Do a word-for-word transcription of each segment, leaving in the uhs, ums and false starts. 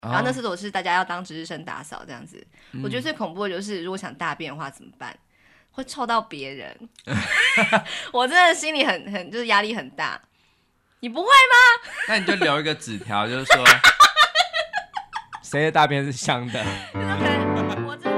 然后那厕所是大家要当值日生打扫这样子。嗯、我觉得最恐怖的就是如果想大便的话怎么办？会臭到别人，我真的心里很很就是压力很大。你不会吗？ 那你就留一个纸条，就是说谁的大便是香的。 我真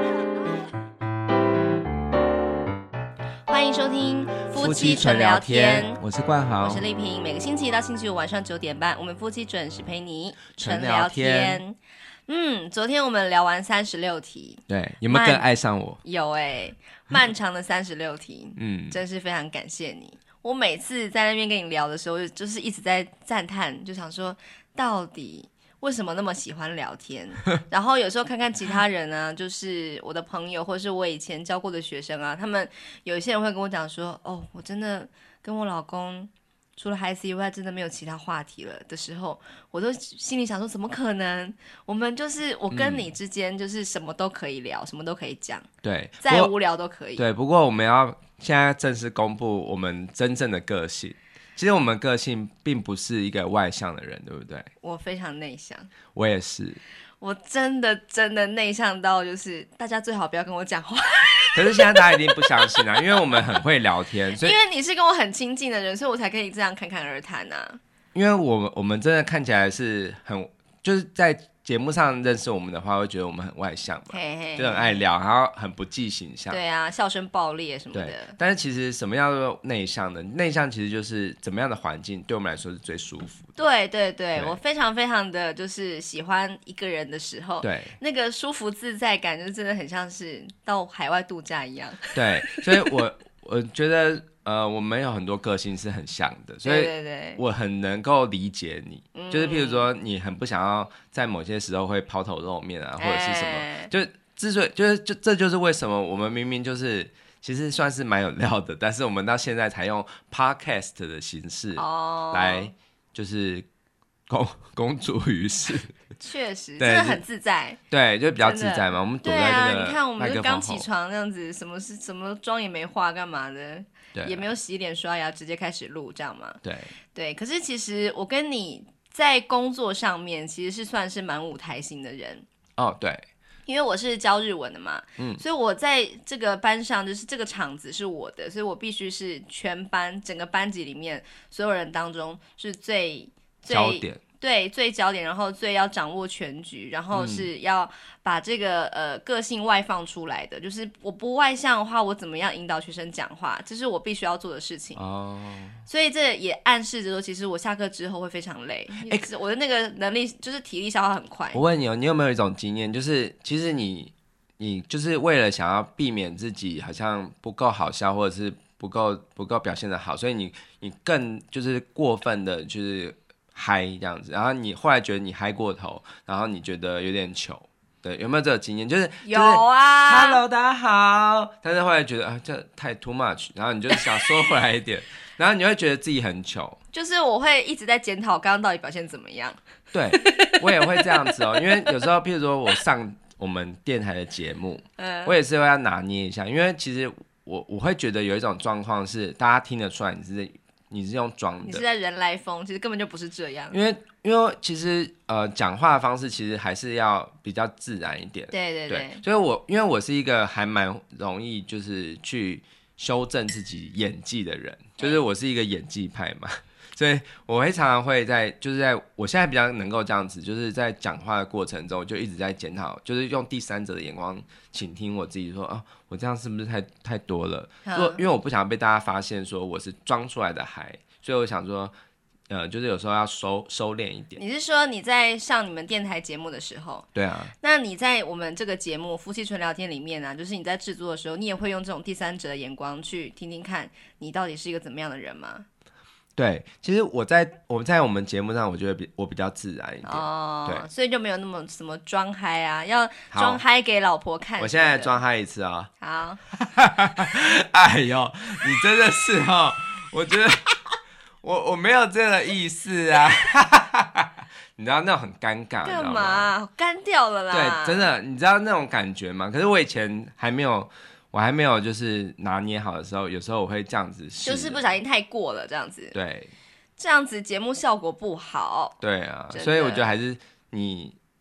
的。欢迎收听夫妻纯聊天， 我是冠豪， 我是丽萍。每个星期一到星期五晚上九点半，我们夫妻准时陪你纯聊天。 嗯，昨天我们聊完三十六题， 对，有没有更爱上我？ 有哎、欸，漫长的三十六题，嗯，真是非常感谢你。我每次在那边跟你聊的时候，就是一直在赞叹，就想说到底为什么那么喜欢聊天？然后有时候看看其他人啊，就是我的朋友或是我以前教过的学生啊，他们有一些人会跟我讲说，哦，我真的跟我老公除了孩子以外真的没有其他话题了的时候，我都心里想说怎么可能？我们就是我跟你之间就是什么都可以聊、嗯、什么都可以讲， 对， 再无聊都可以。 对，不过我们要现在正式公布我们真正的个性。其实我们个性并不是一个外向的人，对不对？ 我非常内向。 我也是。 我真的真的内向到就是大家最好不要跟我讲话。 可是现在大家一定不相信啊，因为我们很会聊天，所以因为你是跟我很亲近的人，所以我才可以这样侃侃而谈啊。 因为我们我们真的看起来是很就是在节目上认识我们的话，会觉得我们很外向嘛，嘿嘿嘿，就很爱聊，然后很不计形象。 对啊，笑声爆裂什么的。 对，但是其实什么叫做内向呢？内向其实就是怎么样的环境对我们来说是最舒服的。 对对 对, 对，我非常非常的就是喜欢一个人的时候， 对，那个舒服自在感就真的很像是到海外度假一样。 对，所以我我觉得呃，我们有很多个性是很像的，所以我很能够理解你。对对对，就是譬如说，你很不想要在某些时候会抛头露面啊，或者是什么，欸、就之所以就是就这就是为什么我们明明就是其实算是蛮有料的，但是我们到现在才用 podcast 的形式来就是公公诸于世。 确实，真的很自在。 对，就比较自在嘛。我们躲在那个， 啊、你看我们就刚起床那样子，什么是什么妆也没化，干嘛的？ 对， 也没有洗脸刷牙，直接开始录，这样嘛？ 对对。可是其实我跟你在工作上面其实是算是蛮舞台型的人。 哦，对。 因为我是教日文的嘛，嗯，所以我在这个班上就是这个场子是我的，所以我必须是全班整个班级里面所有人当中是最最焦点。 对，最焦点，然后最要掌握全局，然后是要把这个、嗯、呃个性外放出来的。就是我不外向的话，我怎么样引导学生讲话，这是我必须要做的事情。哦，所以这也暗示着说，其实我下课之后会非常累，欸、我的那个能力就是体力消耗很快。 我问你哦，你有没有一种经验，就是其实你你就是为了想要避免自己好像不够好笑，或者是不够不够表现得好，所以你你更就是过分的，就是。嗨这样子，然后你后来觉得你嗨过头，然后你觉得有点糗，对，有没有这个经验？就是有啊、 就是、，Hello 大家好，但是后来觉得啊这太 too much， 然后你就想说回来一点，然后你会觉得自己很糗， 就是我会一直在检讨刚刚到底表现怎么样。 对，我也会这样子哦，因为有时候譬如说我上我们电台的节目，嗯，我也是会要拿捏一下，因为其实我我会觉得有一种状况是大家听得出来你是。你是用装的， 你是在人来疯，其实根本就不是这样。 因为因为其实呃讲话的方式其实还是要比较自然一点。 对对 对, 对，所以我因为我是一个还蛮容易就是去修正自己演技的人，就是我是一个演技派嘛，所以我会常常会在就是在我现在比较能够这样子，就是在讲话的过程中就一直在检讨，就是用第三者的眼光倾听我自己说啊。我这样是不是太太多了？因为我不想被大家发现说我是装出来的嗨，所以我想说，呃，就是有时候要收收敛一点。 你是说你在上你们电台节目的时候？ 对啊。 那你在我们这个节目《夫妻纯聊天》里面啊，就是你在制作的时候，你也会用这种第三者的眼光去听听看你到底是一个怎么样的人吗？ 对，其实我在我在我们节目上，我觉得比我比较自然一点， 哦， 对， 所以就没有那么什么装嗨啊，要装嗨给老婆看。 我现在装嗨一次啊、 哦！ 好，哎呦，你真的是哦，我觉得我我没有这个意思啊，你知道那种很尴尬， 干嘛？干掉了啦！ 对，真的，你知道那种感觉吗？可是我以前还没有。我还没有就是拿捏好的时候，有时候我会这样子试， 就是不小心太过了这样子。 对， 这样子节目效果不好。 对啊，所以我觉得还是你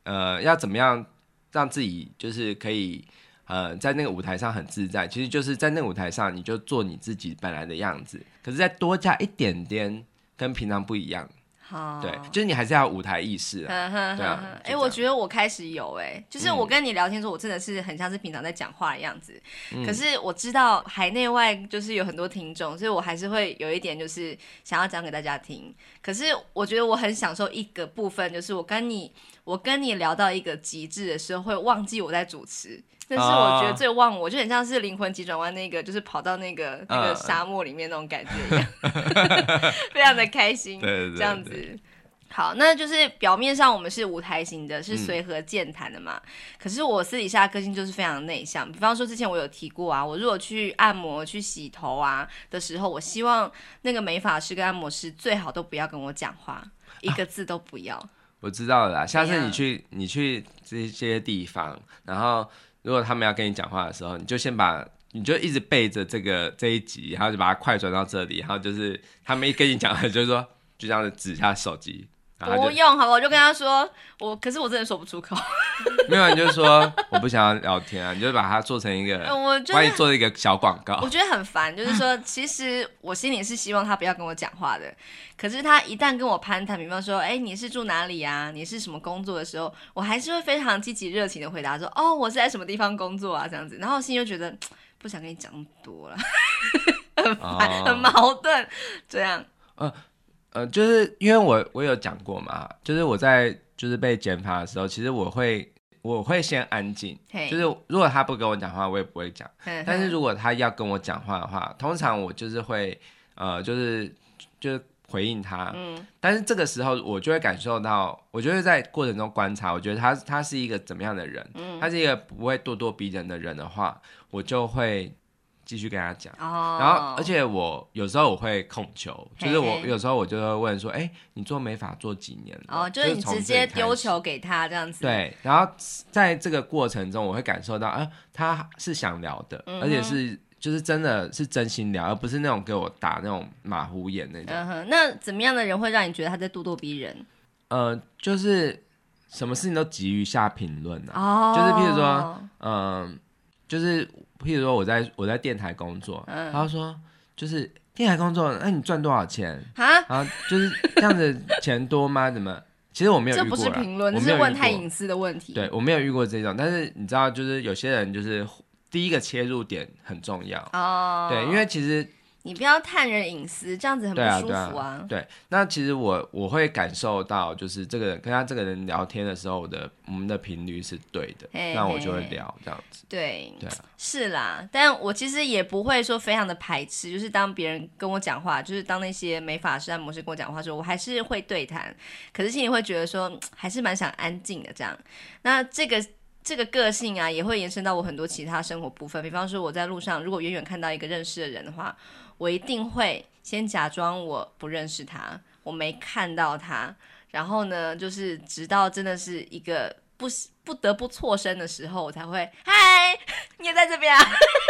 呃要怎么样让自己就是可以呃在那个舞台上很自在，其实就是在那个舞台上你就做你自己本来的样子，可是再多加一点点跟平常不一样。对，就是你还是要有舞台意识啊。对啊， 哎、欸，我觉得我开始有哎、欸，就是我跟你聊天的时候，我真的是很像是平常在讲话的样子、嗯。可是我知道海内外就是有很多听众，所以我还是会有一点就是想要讲给大家听。可是我觉得我很享受一个部分，就是我跟你我跟你聊到一个极致的时候，会忘记我在主持。但是我觉得最忘我，就很像是灵魂急转弯那个，就是跑到那个那个沙漠里面那种感觉一样，非常的开心。 对对对对， 这样子。好，那就是表面上我们是舞台型的，是随和健谈的嘛、嗯。可是我私底下个性就是非常内向。比方说之前我有提过啊，我如果去按摩、去洗头啊的时候，我希望那个美发师跟按摩师最好都不要跟我讲话，一个字都不要。啊、 我知道了啦，下次你去你去这些地方，然后如果他们要跟你讲话的时候，你就先把。你就一直背着这个这一集，然后就把它快转到这里，然后就是他们一跟你讲，就是说就这样子指下手机， 不用好吧？我就跟他说，我可是我真的说不出口。 没有，你就说我不想要聊天啊，你就把它做成一个，我帮你做一个小广告。 我觉得很烦，就是说，其实我心里是希望他不要跟我讲话的，可是他一旦跟我攀谈，比方说，哎，你是住哪里啊？你是什么工作的时候，我还是会非常积极热情的回答说，哦，我是在什么地方工作啊，这样子，然后心里就觉得不想跟你讲那么多了，很烦、哦，很矛盾，这样。 呃呃，就是因为我我有讲过嘛，就是我在就是被剪发的时候，其实我会我会先安静，就是如果他不跟我讲话，我也不会讲。但是如果他要跟我讲话的话，通常我就是会呃，就是就是回应他。嗯。但是这个时候我就会感受到，我就会在过程中观察，我觉得他他是一个怎么样的人，嗯、他是一个不会咄咄逼人的人的话，我就会继续跟他讲、哦、然后而且我有时候我会控球，就是我有时候我就会问说，哎，你做美发做几年了？ 哦，就是你直接丢球给他这样子。 对，然后在这个过程中我会感受到、啊、他是想聊的、嗯、而且是就是真的是真心聊，而不是那种给我打那种马虎眼那种、 嗯、哼那怎么样的人会让你觉得他在咄咄逼人？ 呃，就是什么事情都急于下评论啊、哦、就是譬如说嗯、呃，就是譬如说我在我在电台工作，嗯、他就说就是电台工作，那你赚多少钱啊？然后就是这样子钱多吗？怎么？其实我没有遇过， 这不是评论，这是问太隐私的问题。 对，我没有遇过这种，但是你知道，就是有些人就是第一个切入点很重要哦。对，因为其实你不要探人隐私，这样子很不舒服啊。 对啊，对啊，对，那其实我我会感受到，就是这个人跟他这个人聊天的时候，我的我们的频率是对的，那我就会聊这样子。 对， 对啊， 是啦，但我其实也不会说非常的排斥，就是当别人跟我讲话，就是当那些美发师、按摩师跟我讲话的时候，我还是会对谈，可是心里会觉得说，还是蛮想安静的这样。那这个。这个个性啊，也会延伸到我很多其他生活部分。比方说，我在路上如果远远看到一个认识的人的话，我一定会先假装我不认识他，我没看到他。然后呢，就是直到真的是一个不不得不错身的时候，我才会嗨，你也在这边啊，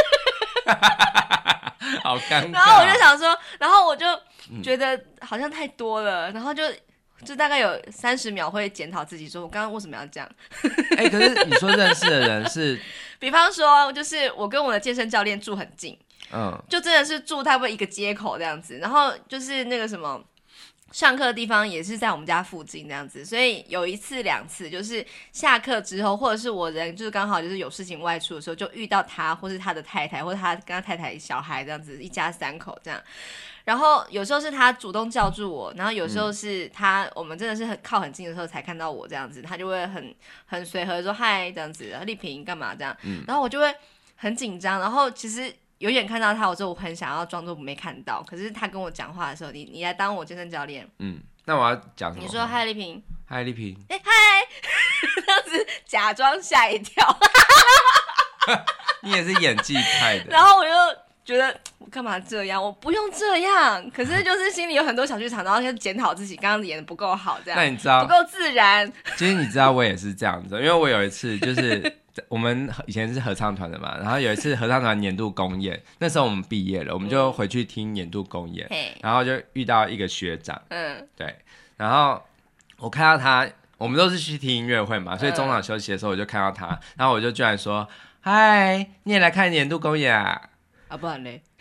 好尴尬。 然后我就想说，然后我就觉得好像太多了，然后就。就大概有三十秒会检讨自己，说我刚刚为什么要这样？ 哎、欸，可是你说认识的人是， 比方说，就是我跟我的健身教练住很近，嗯，就真的是住差不多一个街口这样子，然后就是那个什么。上课的地方也是在我们家附近这样子，所以有一次两次就是下课之后，或者是我人就是刚好就是有事情外出的时候，就遇到他或是他的太太，或者他跟他太太小孩这样子，一家三口这样。然后有时候是他主动叫住我，然后有时候是他、嗯、我们真的是很靠很近的时候才看到我这样子，他就会很很随和说嗨这样子，丽萍干嘛这样、嗯，然后我就会很紧张，然后其实。有点看到他，我说我很想要装作没看到，可是他跟我讲话的时候，你你来当我健身教练， 嗯，那我要讲什么？ 你说嗨丽萍， 嗨丽萍， 哎、欸、嗨，这样子假装吓一跳， 你也是演技派的， 然后我就觉得我干嘛这样？我不用这样，可是就是心里有很多小剧场，然后就检讨自己刚刚演的不够好，这样， 那你知道不够自然。 其实你知道我也是这样子，因为我有一次就是。我们以前是合唱团的嘛，然后有一次合唱团年度公演，那时候我们毕业了，我们就回去听年度公演、嗯，然后就遇到一个学长，嗯，对，然后我看到他， 我们都是去听音乐会嘛，所以中场休息的时候我就看到他，然后我就居然说：“嗨，你也来看年度公演啊？” 啊，不然嘞？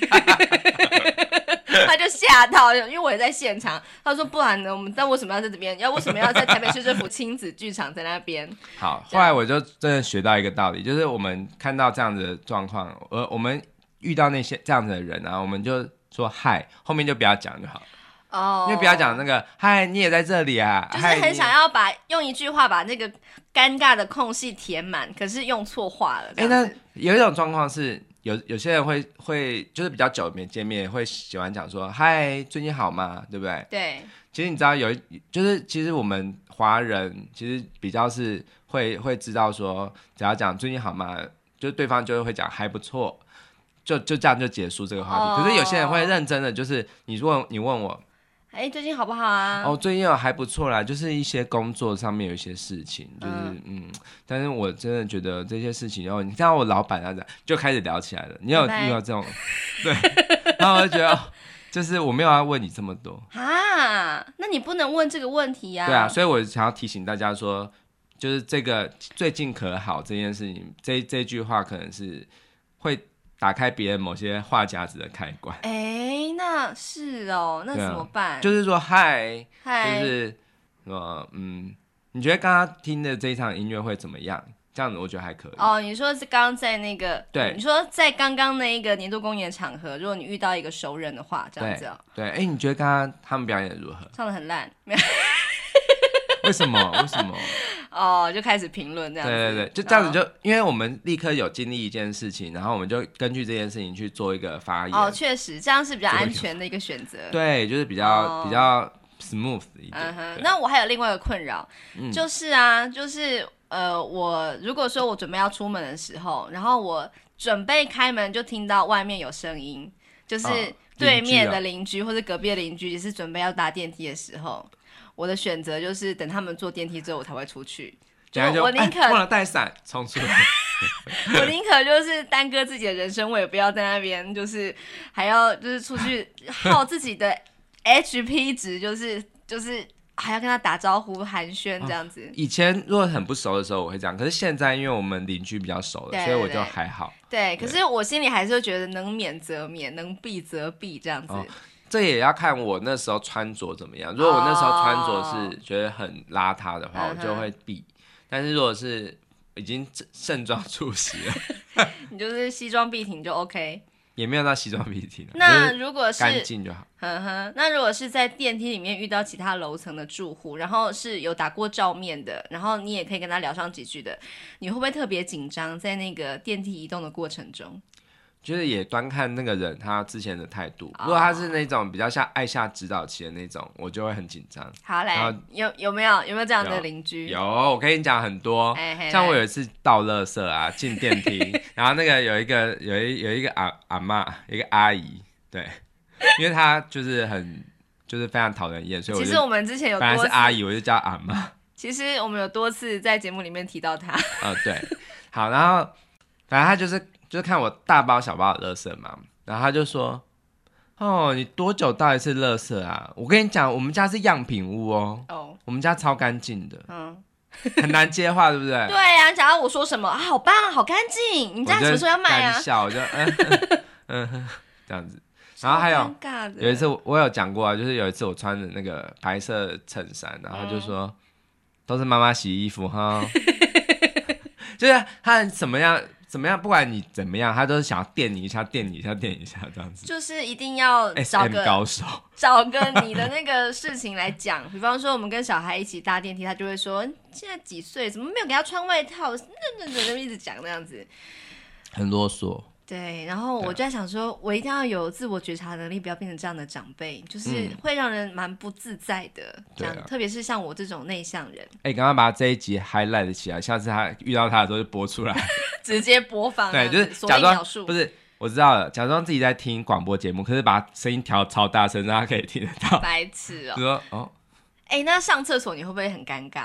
他就吓到，因为我也在现场。他说：“不然呢？我们但为什么要在这边？要为什么要在台北市政府亲子剧场在那边？” 好，后来我就真的学到一个道理，就是我们看到这样子的状况，呃，我们遇到那些这样子的人啊，我们就说嗨，后面就不要讲就好。哦，因为不要讲那个嗨，你也在这里啊， 就是很想要把用一句话把那个尴尬的空隙填满，可是用错话了。哎， 那有一种状况是。有有些人会会就是比较久没见面，会喜欢讲说嗨，最近好吗？对不对？ 对。 其实你知道有就是其实我们华人其实比较是会会知道说，只要讲最近好吗，就对方就会讲还不错，就就这样就结束这个话题。哦、可是有些人会认真的，就是你问你问我。 哎，最近好不好啊？ 哦，最近有还不错啦，就是一些工作上面有一些事情，就是 嗯, 嗯，但是我真的觉得这些事情，然后你看到我老板啊，就开始聊起来了。你有遇到这种？对，然后我就觉得，就是我没有要问你这么多啊，那你不能问这个问题呀、啊。 对啊，所以我想要提醒大家说，就是这个最近可好这件事情，这这句话可能是会打开别人某些话匣子的开关。 哎、欸，那是哦，那怎么办？ 啊、就是说嗨，就是什么嗯，你觉得刚刚听的这一场音乐会怎么样？这样子我觉得还可以。 哦，你说是刚刚在那个， 对， 你说在刚刚那一个年度公演场合，如果你遇到一个熟人的话，这样子哦。 对，哎、欸，你觉得刚刚他们表演如何？ 唱得很烂， 为什么？为什么？ 哦，就开始评论这样子。 对对对，就这样子就，因为我们立刻有经历一件事情，然后我们就根据这件事情去做一个发言。 哦，确实，这样是比较安全的一个选择。 对，就是比较、哦、比较 smooth 一点。嗯哼，那我还有另外一个困扰、嗯，就是啊，就是呃，我如果说我准备要出门的时候，然后我准备开门就听到外面有声音，就是对面的邻居、哦、或者隔壁的邻居也是准备要搭电梯的时候。我的选择就是等他们坐电梯之后我才会出去， 就我宁可、欸、忘了带伞冲出来我宁可就是耽搁自己的人生，我也不要在那边就是还要就是出去耗自己的 H P 值，就是就是还要跟他打招呼寒暄这样子、哦、 以前如果很不熟的时候我会这样，可是现在因为我们邻居比较熟了，所以我就还好。 对, 对，可是我心里还是会觉得能免则免，能避则避这样子、哦， 这也要看我那时候穿着怎么样。如果我那时候穿着是觉得很邋遢的话、oh. 我就会避，但是如果是已经盛装出席了你就是西装笔挺就 OK， 也没有到西装笔挺。 那如果是干净就好。 呵呵，那如果是在电梯里面遇到其他楼层的住户，然后是有打过照面的，然后你也可以跟他聊上几句的，你会不会特别紧张在那个电梯移动的过程中？ 就是也端看那个人他之前的态度、oh. 如果他是那种比较像爱下指导期的那种，我就会很紧张。 好嘞，有有没有有没有这样的邻居？ 有，我跟你讲很多。像我有一次倒垃圾啊，进电梯然后那个有一个有一有一个阿阿嬷，一个阿姨，对，因为她就是很就是非常讨人厌，所以我就其实我们之前有多次本来是阿姨我就叫阿嬷， 其实我们有多次在节目里面提到她呃对，好，然后反正她就是就是看我大包小包的垃圾嘛，然后他就说：“哦，你多久倒一次垃圾啊？我跟你讲，我们家是样品屋哦，哦我们家超干净的。”嗯，很难接话，对不对？ 对呀、啊，假如我说什么啊，好棒，好干净，你家什么时候要卖啊？ 干笑，我就嗯嗯嗯这样子。然后还有有一次我有讲过啊，就是有一次我穿的那个白色衬衫，然后他就说、嗯、都是妈妈洗衣服哈，就是他什么样。怎么样？不管你怎么样，他都是想要电你一下，电你一下，电你一下，这样子。 就是一定要找个 S M 高手， 找个你的那个事情来讲。比方说，我们跟小孩一起搭电梯，他就会说：“现在几岁？怎么没有给他穿外套？”那那那一直讲那样子，很啰嗦。 对，然后我就在想说，我一定要有自我觉察能力，不要变成这样的长辈，就是会让人蛮不自在的。嗯、这样、啊，特别是像我这种内向人。 哎、欸，刚刚把这一集 highlight 起来，下次他遇到他的时候就播出来， 直接播放。 对，就是假装不是，我知道了，假装自己在听广播节目，可是把声音调超大声，让他可以听得到。 白痴哦、喔！ 就说哦， 哎、欸，那上厕所你会不会很尴尬？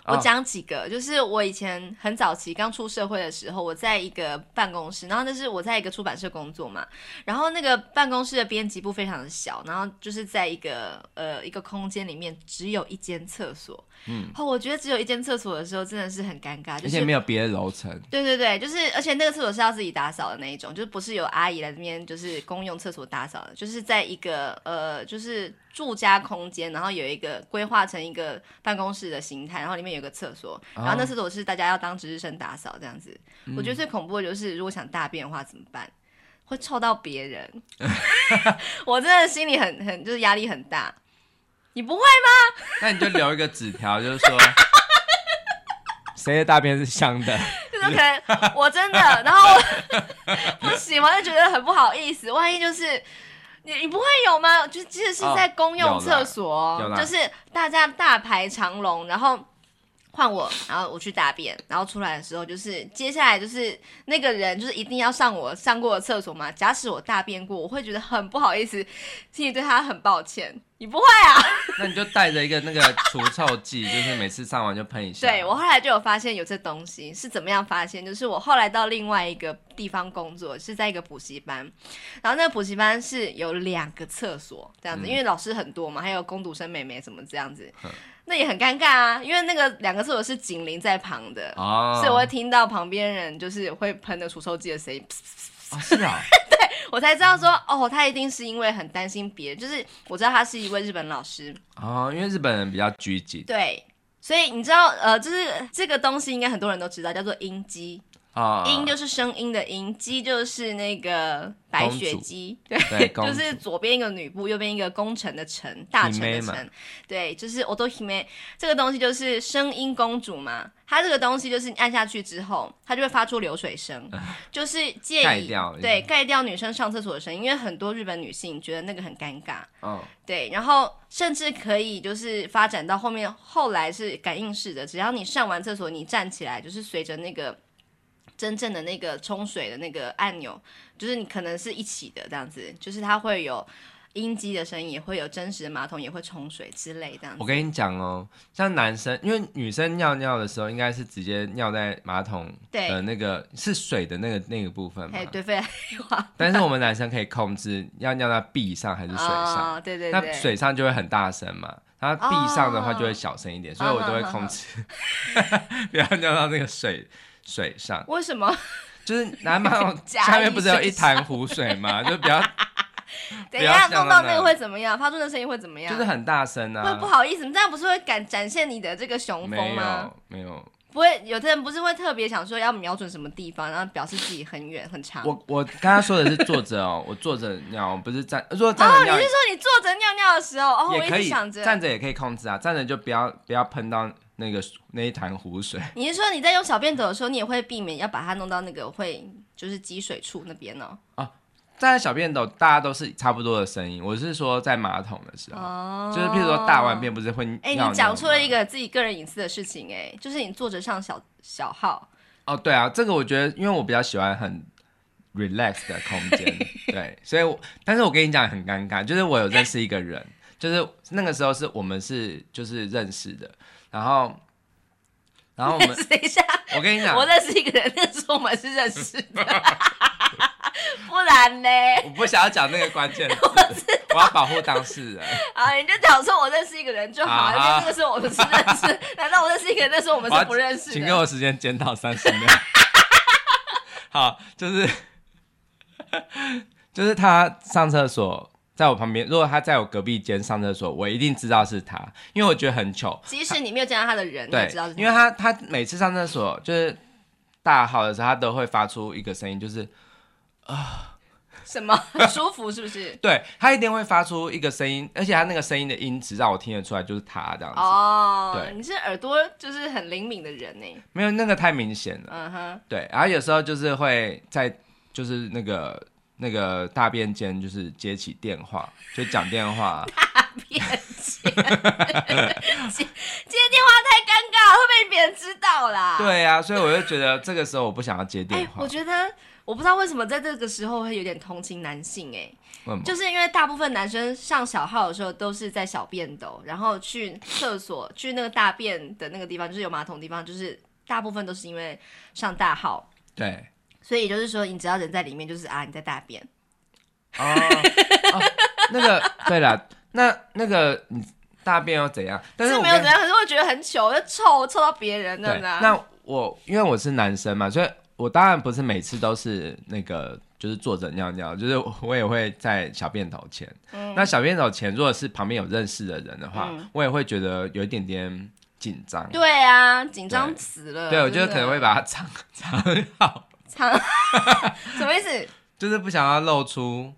我讲几个，就是我以前很早期刚出社会的时候，我在一个办公室，然后那是我在一个出版社工作嘛，然后那个办公室的编辑部非常的小，然后就是在一个呃一个空间里面只有一间厕所。嗯，哦，我觉得只有一间厕所的时候真的是很尴尬，就是、 而且没有别的楼层。 对对对，就是而且那个厕所是要自己打扫的那一种，就是不是有阿姨来这边就是公用厕所打扫的，就是在一个呃就是住家空间，然后有一个规划成一个办公室的形态，然后里面有个厕所，然后那厕所是大家要当值日生打扫这样子。哦、我觉得最恐怖的就是如果想大便的话怎么办？会臭到别人，我真的心里很很就是压力很大。你不会吗？ 那你就留一个纸条，就是说谁的大便是香的， 就是可能我真的，然后我不喜欢，就觉得很不好意思。万一就是你，你不会有吗？就是即使是在公用厕所，哦、就是大家大排长龙，然后换我，然后我去大便，然后出来的时候，就是接下来就是那个人就是一定要上我上过的厕所嘛。假使我大便过，我会觉得很不好意思，心里对他很抱歉。你不会啊？ 那你就带着一个那个除臭剂，就是每次上完就喷一下。 对，我后来就有发现有这东西，是怎么样发现？就是我后来到另外一个地方工作，是在一个补习班，然后那个补习班是有两个厕所这样子，嗯、因为老师很多嘛，还有工读生妹妹什么这样子。嗯，那也很尴尬啊，因为那个两个厕所是紧邻在旁的，哦、所以我会听到旁边人就是会喷的除臭剂的声音。 哦，是啊， 对，我才知道说，哦，他一定是因为很担心别人，就是我知道他是一位日本老师哦，因为日本人比较拘谨， 对，所以你知道，呃，就是这个东西应该很多人都知道，叫做音鸡。哦、音就是声音的音，鸡就是那个白雪鸡，对，对就是左边一个女部，右边一个功臣的臣，大臣的臣，对，就是otohime这个东西就是声音公主嘛。它这个东西就是你按下去之后，它就会发出流水声，就是介意盖掉对盖掉女生上厕所的声音，因为很多日本女性觉得那个很尴尬，哦、对，然后甚至可以就是发展到后面，后来是感应式的，只要你上完厕所，你站起来，就是随着那个。真正的那个冲水的那个按钮，就是你可能是一起的这样子，就是它会有音机的声音，也会有真实的马桶也会冲水之类这样子。 我跟你讲哦，像男生，因为女生尿尿的时候应该是直接尿在马桶的那个是水的那个那个部分嘛， 对，废话。 但是我们男生可以控制要尿在壁上还是水上， 哦、对对对， 那水上就会很大声嘛。它壁上的话就会小声一点，哦、所以我都会控制，不要尿到那个水水上。 为什么？就是拿马桶下面不是有一潭湖水吗？就不要。 等一下弄到那个会怎么样？发出的声音会怎么样？ 就是很大声啊！ 会不好意思，你这样不是会展展现你的这个雄风吗？ 没有，没有。 不会，有的人不是会特别想说要瞄准什么地方，然后表示自己很远很长。 我我刚刚说的是坐着哦，我坐着尿，不是站。如果站着尿， 哦，你是说你坐着尿尿的时候，哦， 也可以想着站着也可以控制啊，站着就不要不要喷到那个那一潭湖水。 你是说你在用小便斗的时候，你也会避免要把它弄到那个会就是积水处那边呢？ 啊。站在小便斗，大家都是差不多的声音。我是说，在马桶的时候，哦、就是譬如说大完便不是会尿尿吗？哎、 欸，你讲出了一个自己个人隐私的事情、欸，哎，就是你坐着上小小号。 哦，对啊，这个我觉得，因为我比较喜欢很 relax 的空间，对，所以我，但是我跟你讲很尴尬，就是我有认识一个人，就是那个时候是我们是就是认识的，然后。然后我们等一下， 我跟你讲， 我认识一个人，那个时候我们是认识的，不然呢？ 我不想要讲那个关键字，我, 我要保护当事人。 啊，你就讲说我认识一个人就好，因为那个时候我们是认识。难道我认识一个人，那时候我们是不认识的？ 请给我时间检讨三十秒。好，就是就是他上厕所。在我旁边，如果他在我隔壁间上厕所，我一定知道是他，因为我觉得很糗。 即使你没有见到他的人， 对， 你知道是他， 因为他他每次上厕所就是大号的时候，他都会发出一个声音，就是啊、呃， 什么很舒服是不是？ 对，他一定会发出一个声音，而且他那个声音的音质让我听得出来就是他这样子。 哦，对，你是耳朵就是很灵敏的人呢。 没有那个太明显了。 嗯哼， 对，然后有时候就是会在就是那个。那个大便间就是接起电话，就讲电话， 骗钱，接接电话太尴尬，会被别人知道啦。 对啊，所以我就觉得这个时候我不想要接电话。 欸、我觉得我不知道为什么在这个时候会有点同情男性、欸，哎，就是因为大部分男生上小号的时候都是在小便斗，然后去厕所去那个大便的那个地方，就是有马桶的地方，就是大部分都是因为上大号。 对， 所以就是说，你只要人在里面，就是啊你在大便。 哦，哦那个对了，那那个你大便又怎样？但是是没有怎样，可是我觉得很糗，就臭臭到别人了呢。 那我因为我是男生嘛，所以我当然不是每次都是那个就是坐着尿尿，就是我也会在小便斗前。嗯、那小便斗前，如果是旁边有认识的人的话，嗯、我也会觉得有一点点紧张。 对啊，紧张死了。 对，我觉得可能会把它藏藏好。 藏什么意思？ 就是不想要露出。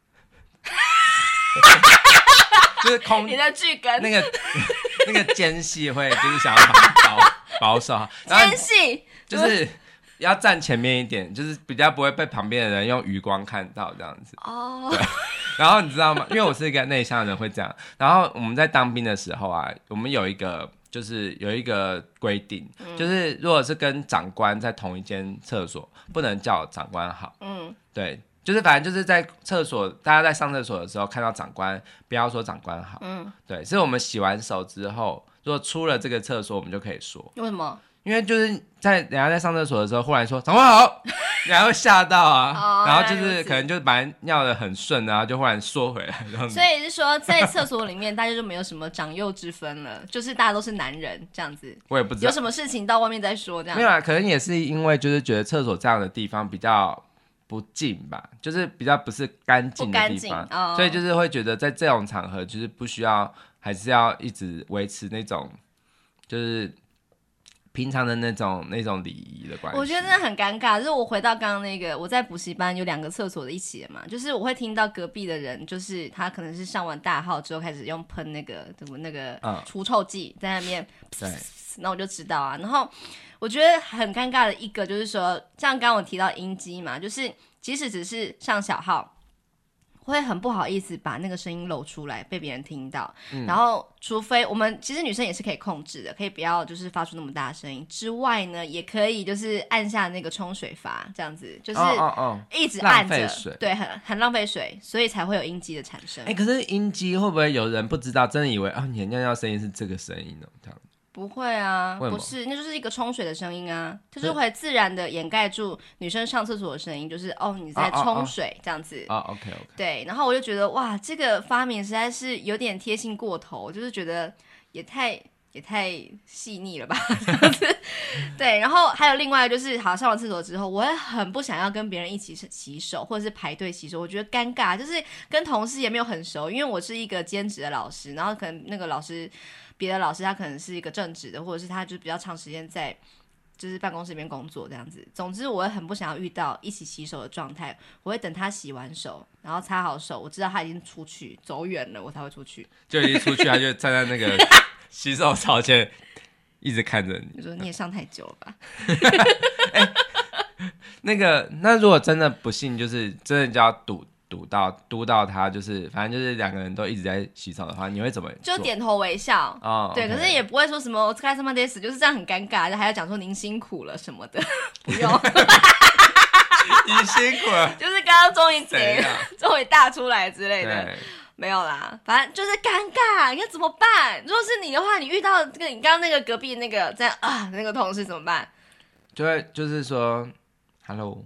就是空你的剧根那个那个间隙会就是想要保保守， 间隙就是要站前面一点，就是比较不会被旁边的人用余光看到这样子。哦，对。然后你知道吗？因为我是一个内向的人，会这样。然后我们在当兵的时候啊，我们有一个就是有一个规定，嗯、就是如果是跟长官在同一间厕所，不能叫长官好。嗯，对。就是反正就是在厕所，大家在上厕所的时候看到长官，不要说长官好，嗯，对，是我们洗完手之后，如果出了这个厕所，我们就可以说。 为什么？ 因为就是在人家在上厕所的时候，忽然说长官好，你还会吓到啊，哦、然后就是可能就把人尿得很顺，然后就忽然缩回来这样子。 所以是说，在厕所里面，大家就没有什么长幼之分了，就是大家都是男人这样子。 我也不知道有什么事情到外面再说这样。 没有啊，可能也是因为就是觉得厕所这样的地方比较。不净吧，就是比较不是干净的地方，哦、所以就是会觉得在这种场合，就是不需要，还是要一直维持那种，就是平常的那种那种礼仪的关系。 我觉得真的很尴尬，就是我回到刚刚那个，我在补习班有两个厕所的一起的嘛，就是我会听到隔壁的人，就是他可能是上完大号之后开始用喷那个怎么那个除臭剂在那边，对，那我就知道啊，然后。我觉得很尴尬的一个就是说，像刚刚我提到音基嘛，就是即使只是上小号，会很不好意思把那个声音露出来被别人听到、嗯、然后除非我们其实女生也是可以控制的，可以不要就是发出那么大的声音之外呢，也可以就是按下那个冲水阀这样子，就是一直按着、哦哦哦、对，很很浪费水，所以才会有音基的产生。 哎、欸，可是音基会不会有人不知道，真的以为哦，你的尿尿声音是这个声音呢？这样不会啊，不是，那就是一个冲水的声音啊，就是会自然的掩盖住女生上厕所的声音，就是哦你在冲水、哦哦哦、这样子啊、哦、，OK OK， 对，然后我就觉得哇，这个发明实在是有点贴心过头，就是觉得也太也太细腻了吧，这样子，对，然后还有另外就是，好上完厕所之后，我也很不想要跟别人一起洗手或者是排队洗手，我觉得尴尬，就是跟同事也没有很熟，因为我是一个兼职的老师，然后可能那个老师。别的老师他可能是一个正职的，或者是他就比较长时间在就是办公室里面工作这样子。总之我会很不想要遇到一起洗手的状态，我会等他洗完手，然后擦好手，我知道他已经出去走远了，我才会出去。 就一出去他就站在那个洗手槽前一直看着你。 你说你也上太久了吧？ 欸、那个那如果真的不幸就是真的就要堵堵到督到他，就是反正就是两个人都一直在洗手的话，你会怎么做？ 就点头微笑哦，对， okay. 可是也不会说什么我开什么 des， 就是这样很尴尬，还要讲说您辛苦了什么的，不用。 你辛苦了， 就是刚刚终于结，终于大出来之类的，没有啦，反正就是尴尬，你要怎么办？如果是你的话，你遇到这个你刚刚那个隔壁那个在啊那个同事怎么办？ 就会就是说 ，hello，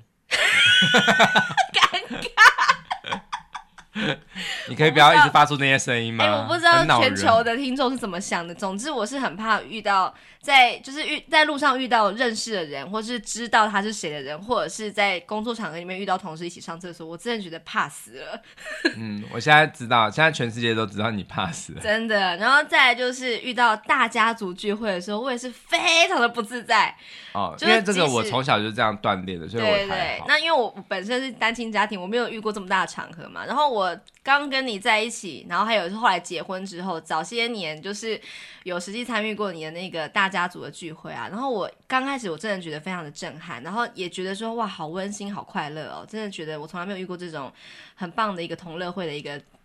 尴尬。 你可以不要一直发出那些声音吗？ 哎、欸，我不知道全球的听众是怎么想的。总之，我是很怕遇到在就是遇在路上遇到认识的人，或是知道他是谁的人，或者是在工作场合里面遇到同事一起上厕所，我真的觉得怕死了。 嗯，我现在知道，现在全世界都知道你怕死了， 真的。然后再来就是遇到大家族聚会的时候，我也是非常的不自在。 哦，因为这个我从小就这样锻炼的，所以我还好。对对， 那因为我本身是单亲家庭，我没有遇过这么大的场合嘛。然后我刚跟你在一起，然后还有后来结婚之后，早些年就是有实际参与过你的那个大家族的聚会啊。然后我刚开始我真的觉得非常的震撼，然后也觉得说哇，好温馨，好快乐哦！真的觉得我从来没有遇过这种很棒的一个同乐会的一个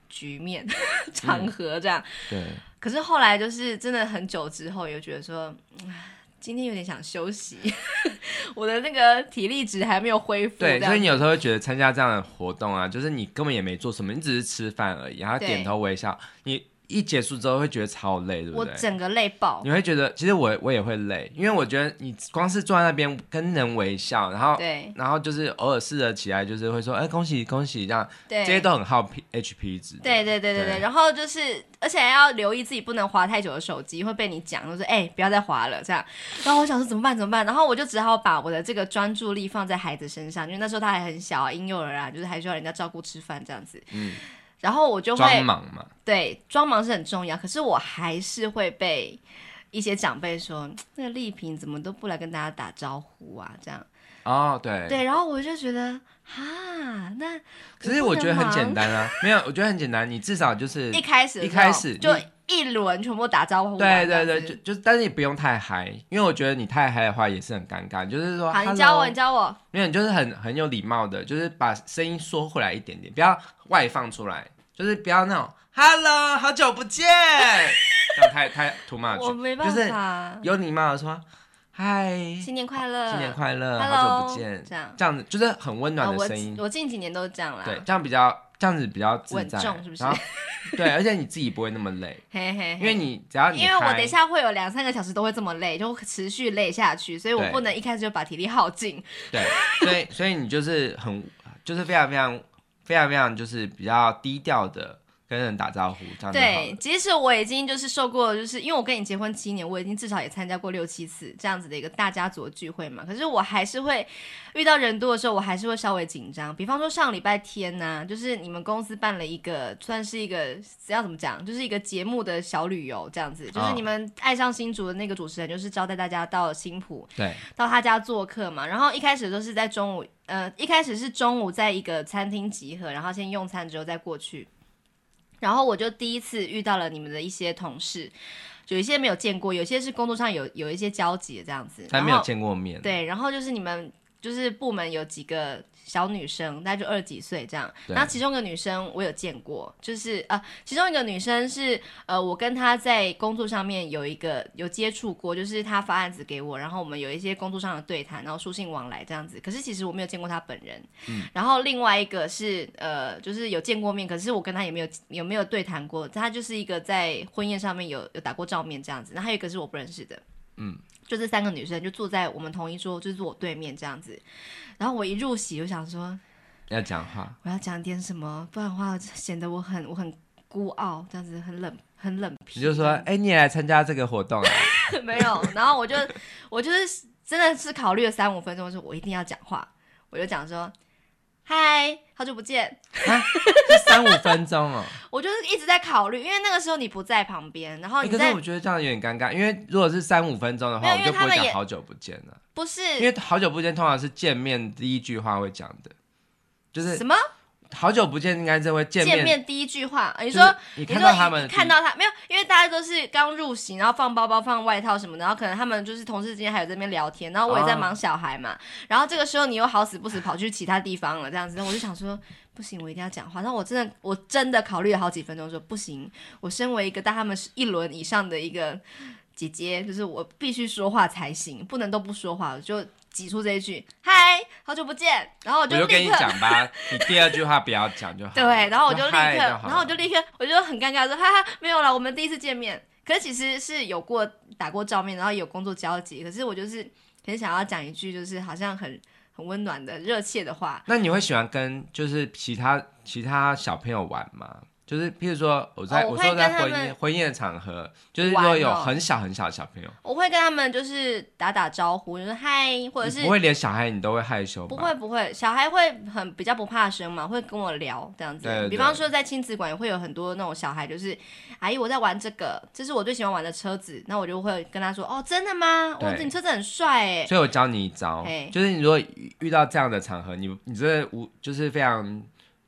局面场合这样、 嗯。对。 可是后来就是真的很久之后，又觉得说，今天有点想休息，我的那个体力值还没有恢复。 对，所以你有时候会觉得参加这样的活动啊，就是你根本也没做什么，你只是吃饭而已，然后点头微笑，你一结束之后会觉得超累，对不对？ 我整个累爆。你会觉得，其实我我也会累，因为我觉得你光是坐在那边跟人微笑，然后对， 然后就是偶尔试着起来，就是会说，哎、欸，恭喜恭喜这样，这些都很耗 H P 值。 对对对对 对, 对，然后就是，而且还要留意自己不能滑太久的手机，会被你讲，就是哎、欸，不要再滑了这样。然后我想说怎么办怎么办，然后我就只好把我的这个专注力放在孩子身上，因为那时候他还很小啊，婴幼儿啊，就是还需要人家照顾吃饭这样子。嗯。然后我就会装忙嘛， 对，装忙是很重要，可是我还是会被一些长辈说，那个丽萍怎么都不来跟大家打招呼啊，这样。 哦，对对，然后我就觉得哈，那可是我觉得很简单啊，没有，我觉得很简单，你至少就是一开始一开始就一轮全部打招呼， 对对对，就就但是你不用太嗨，因为我觉得你太嗨的话也是很尴尬，就是说， 好，你教我，你教我， 没有，你就是很很有礼貌的，就是把声音缩回来一点点，不要外放出来。就是不要那种 Hello 好久不见这样太太 too much， 我没办法， 就是有礼貌的说嗨， 新年快乐， 新年快乐， Hello, 好久不见， 这样这样子就是很温暖的声音、 哦、我, 我近几年都是这样啦， 对，这样比较这样子比较自在， 稳重是不是？ 对，而且你自己不会那么累， 嘿嘿嘿， 因为你只要你因为我等一下会有两三个小时都会这么累，就持续累下去，所以我不能一开始就把体力耗尽。 对，所以所以你就是很就是非常非常非常非常就是比较低调的。跟人打招呼，这样就好了。 对，即使我已经就是受过，就是因为我跟你结婚七年，我已经至少也参加过六七次这样子的一个大家族的聚会嘛。可是我还是会遇到人多的时候，我还是会稍微紧张。比方说上礼拜天呢、啊，就是你们公司办了一个算是一个要怎么讲，就是一个节目的小旅游这样子，就是你们爱上新竹的那个主持人，就是招待大家到新埔， 对， 到他家做客嘛。然后一开始都是在中午，呃，一开始是中午在一个餐厅集合，然后先用餐之后再过去。然后我就第一次遇到了你们的一些同事，有一些没有见过，有些是工作上有有一些交集的这样子， 还没有见过面。 对，然后就是你们就是部门有几个小女生，大概就二十几岁这样。然后其中一个女生我有见过，就是呃，其中一个女生是呃，我跟她在工作上面有一个有接触过，就是她发案子给我，然后我们有一些工作上的对谈，然后书信往来这样子。可是其实我没有见过她本人。嗯。然后另外一个是呃，就是有见过面，可是我跟她也没有有没有对谈过。她就是一个在婚宴上面有有打过照面这样子。那还有一个是我不认识的。嗯。就这三个女生就坐在我们同一桌，就是坐我对面这样子。然后我一入席，我想说要讲话， 我要讲点什么，不然的话显得我很我很孤傲，这样子很冷很冷皮。 你就说，哎、欸，你也来参加这个活动啊？ 没有，然后我就我就是真的是考虑了三五分钟，说我一定要讲话，我就讲说。嗨，好久不见！ 啊，是三五分钟哦。 我就是一直在考虑，因为那个时候你不在旁边，然后你在、 欸。可是我觉得这样有点尴尬，因为如果是三五分钟的话，我就不会讲好久不见了。 不是， 因为好久不见通常是见面第一句话会讲的，就是什么？ 好久不见应该是会见面见面第一句话，你说、 就是、你看到他们你看到他没有？因为大家都是刚入席，然后放包包、放外套什么的，然后可能他们就是同事之间还有在那边聊天，然后我也在忙小孩嘛，哦、然后这个时候你又好死不死跑去其他地方了，这样子，我就想说不行，我一定要讲话。然后我真的我真的考虑了好几分钟，说不行，我身为一个带他们一轮以上的一个姐姐，就是我必须说话才行，不能都不说话，我就。挤出这一句“嗨，好久不见”，然后我就立刻我就跟你讲吧，你第二句话不要讲就好。 对，然后我就立刻，然后我就立刻，我就很尴尬说：“哈哈，没有啦，我们第一次见面。”可是其实是有过打过照面，然后也有工作交集。可是我就是很想要讲一句，就是好像很很温暖的、热切的话。 那你会喜欢跟就是其他其他小朋友玩吗？就是譬如说我在、 哦、我, 我说在婚宴婚宴的场合，就是说有很小很小的小朋友， 我会跟他们就是打打招呼，就是嗨，或者是不会连小孩你都会害羞吧？ 不会不会，小孩会很比较不怕生嘛，会跟我聊这样子。 对对对， 比方说在亲子馆也会有很多那种小孩，就是阿姨我在玩这个，这是我最喜欢玩的车子，那我就会跟他说哦真的吗？哇，你车子很帅哎！ 所以我教你一招，就是你如果遇到这样的场合，你你这无就是非常。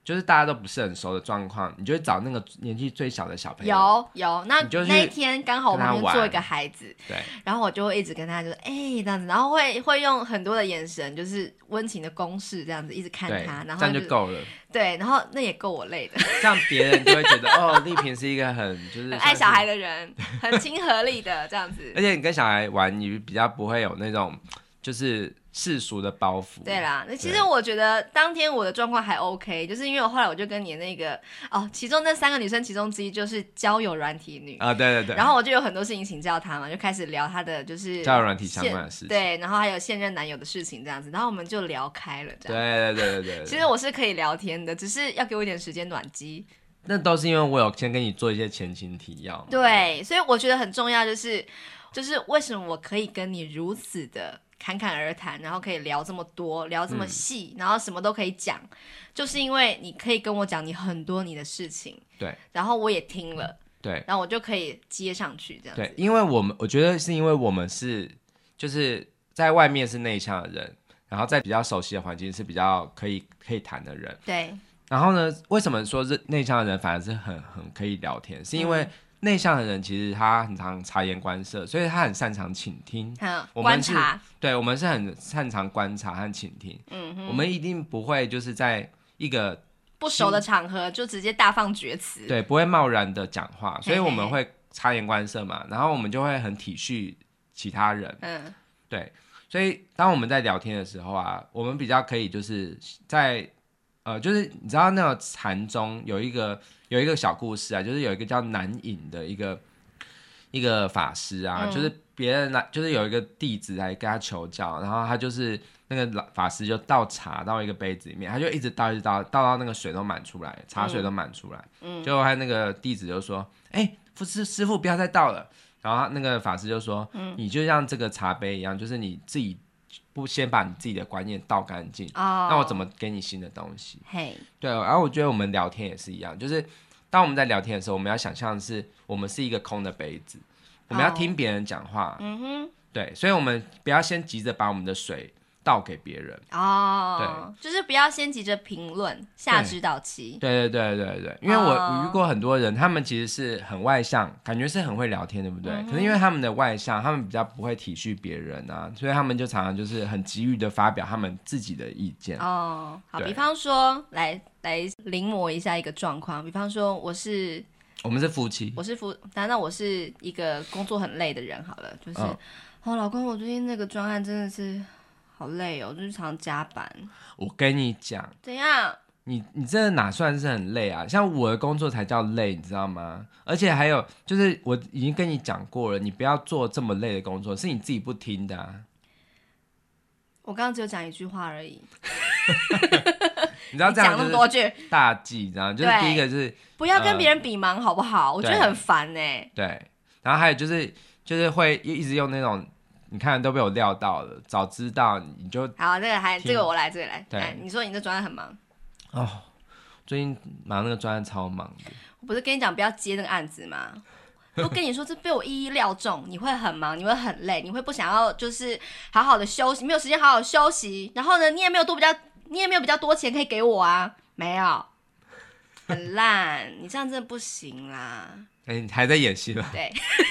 就是大家都不是很熟的状况，你就会找那个年纪最小的小朋友。 有有，那那一天刚好我们旁边坐一个孩子， 对， 然后我就会一直跟他就说，哎、欸，这样子，然后会会用很多的眼神，就是温情的攻势这样子，一直看他，然后、 就是、这样就够了。 对，然后那也够我累的。 这样别人就会觉得，哦，丽萍是一个很就是很爱小孩的人，很亲和力的这样子。 而且你跟小孩玩，你比较不会有那种就是世俗的包袱。 对啦，那其实我觉得当天我的状况还 OK， 就是因为我后来我就跟你那个哦，其中那三个女生其中之一就是交友软体女啊，对对对。 然后我就有很多事情请教她嘛，就开始聊她的就是交友软体相关的事情， 对，然后还有现任男友的事情这样子，然后我们就聊开了这样。对对对对 对, 对。 其实我是可以聊天的，只是要给我一点时间暖机。 那都是因为我有先跟你做一些前情提要。 对，所以我觉得很重要，就是就是为什么我可以跟你如此的侃侃而谈，然后可以聊这么多，聊这么细、嗯、然后什么都可以讲，就是因为你可以跟我讲你很多你的事情， 对， 然后我也听了， 对， 然后我就可以接上去这样子。 对，因为我们我觉得是因为我们是就是在外面是内向的人，然后在比较熟悉的环境是比较可以可以谈的人， 对。 然后呢，为什么说是内向的人反而是很很可以聊天？是因为内向的人其实他很常察言观色，所以他很擅长倾听。 嗯，观察。 对，我们是很擅长观察和倾听。嗯哼，我们一定不会就是在一个不熟的场合就直接大放厥词。 对，不会贸然的讲话，所以我们会察言观色嘛，然后我们就会很体恤其他人。嗯，对，所以当我们在聊天的时候啊，我们比较可以就是在。呃，就是你知道那个禅宗有一个有一个小故事啊，就是有一个叫南隐的一个一个法师啊，嗯、就是别人来，就是有一个弟子来跟他求教，然后他就是那个法师就倒茶到一个杯子里面，他就一直倒一直倒，倒到那个水都满出来，茶水都满出来，嗯，结果他那个弟子就说：“哎、欸，师师傅不要再倒了。”然后那个法师就说：“嗯，你就像这个茶杯一样，就是你自己。”不先把你自己的观念倒干净， oh. 那我怎么给你新的东西？ Hey. 对，然后我觉得我们聊天也是一样，就是当我们在聊天的时候，我们要想象的是我们是一个空的杯子，我们要听别人讲话，嗯哼，oh. 对，所以我们不要先急着把我们的水倒给别人哦， oh. 对，就是不要先急着评论，下指导棋。 对对对对对，因为我遇过很多人，他们其实是很外向，感觉是很会聊天，对不对？ mm-hmm. 可是因为他们的外向，他们比较不会体恤别人啊，所以他们就常常就是很急于的发表他们自己的意见。 哦，好，比方说，来来临摹一下一个状况，比方说我是。 我们是夫妻， 我是夫，难道我是一个工作很累的人？好了，就是，哦，哦老公，我最近那个专案真的是好累哦，就是常加班。 我跟你讲， 怎样？ 你你这个哪算是很累啊？像我的工作才叫累，你知道吗？而且还有就是，我已经跟你讲过了，你不要做这么累的工作，是你自己不听的啊。 我刚刚只有讲一句话而已。 你知道这样讲那么多句大忌，你知道？就是第一个是不要跟别人比忙，好不好？呃、我觉得很烦哎、欸。 对，然后还有就是就是会一直用那种，你看都被我料到了，早知道你就好。这个还这个我来，这个来。对，你说你这专案很忙哦，最近忙那个专案超忙的。 我不是跟你讲不要接那个案子吗？我跟你说，这被我一一料中，你会很忙，你会很累，你会不想要就是好好的休息，没有时间好好休息。然后呢，你也没有多比较。你也没有比较多钱可以给我啊，没有，很烂，你这样真的不行啦。 哎、欸，你还在演戏吗？ 对，